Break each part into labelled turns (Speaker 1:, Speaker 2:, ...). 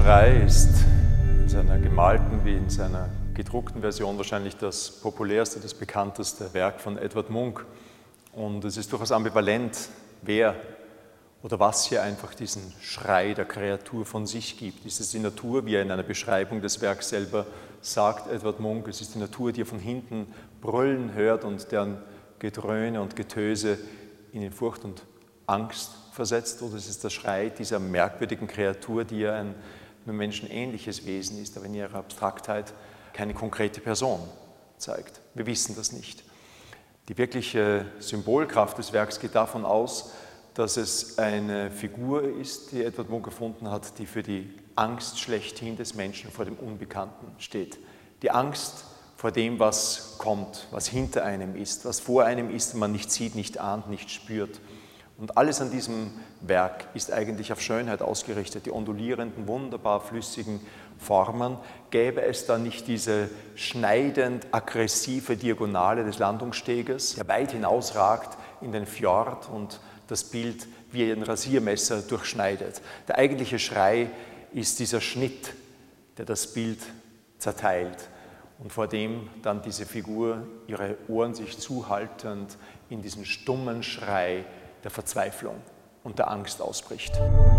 Speaker 1: Schrei ist in seiner gemalten wie in seiner gedruckten Version wahrscheinlich das populärste, das bekannteste Werk von Edvard Munch. Und es ist durchaus ambivalent, wer oder was hier einfach diesen Schrei der Kreatur von sich gibt. Ist es die Natur, wie er in einer Beschreibung des Werks selber sagt, Edvard Munch, es ist die Natur, die er von hinten brüllen hört und deren Gedröhne und Getöse ihn in Furcht und Angst versetzt, oder es ist der Schrei dieser merkwürdigen Kreatur, die ja ein einem menschenähnliches Wesen ist, aber in ihrer Abstraktheit keine konkrete Person zeigt. Wir wissen das nicht. Die wirkliche Symbolkraft des Werks geht davon aus, dass es eine Figur ist, die Edvard Munch gefunden hat, die für die Angst schlechthin des Menschen vor dem Unbekannten steht. Die Angst vor dem, was kommt, was hinter einem ist, was vor einem ist und man nicht sieht, nicht ahnt, nicht spürt. Und alles an diesem Werk ist eigentlich auf Schönheit ausgerichtet, die ondulierenden, wunderbar flüssigen Formen. Gäbe es da nicht diese schneidend aggressive Diagonale des Landungssteges, der weit hinausragt in den Fjord und das Bild wie ein Rasiermesser durchschneidet. Der eigentliche Schrei ist dieser Schnitt, der das Bild zerteilt und vor dem dann diese Figur ihre Ohren sich zuhaltend in diesen stummen Schrei der Verzweiflung und der Angst ausbricht.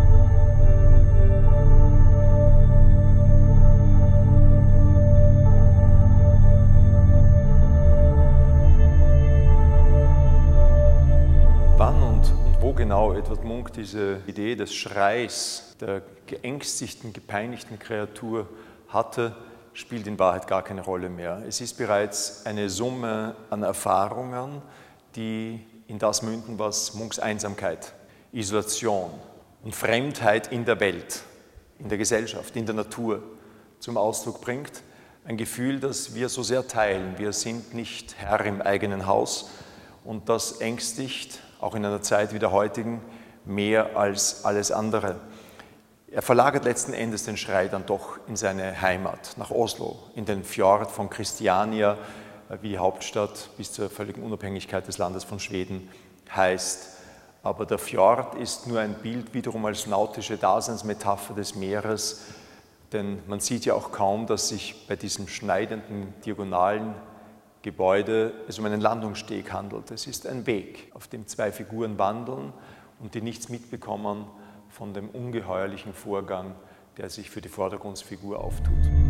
Speaker 1: Wann und wo genau Edvard Munch diese Idee des Schreis der geängstigten, gepeinigten Kreatur hatte, spielt in Wahrheit gar keine Rolle mehr. Es ist bereits eine Summe an Erfahrungen, die in das münden, was Munchs Einsamkeit, Isolation und Fremdheit in der Welt, in der Gesellschaft, in der Natur zum Ausdruck bringt. Ein Gefühl, das wir so sehr teilen. Wir sind nicht Herr im eigenen Haus und das ängstigt, auch in einer Zeit wie der heutigen, mehr als alles andere. Er verlagert letzten Endes den Schrei dann doch in seine Heimat, nach Oslo, in den Fjord von Christiania, wie die Hauptstadt bis zur völligen Unabhängigkeit des Landes von Schweden heißt. Aber der Fjord ist nur ein Bild wiederum als nautische Daseinsmetapher des Meeres, denn man sieht ja auch kaum, dass sich bei diesem schneidenden, diagonalen Gebäude es um einen Landungssteg handelt. Es ist ein Weg, auf dem zwei Figuren wandeln und die nichts mitbekommen von dem ungeheuerlichen Vorgang, der sich für die Vordergrundfigur auftut.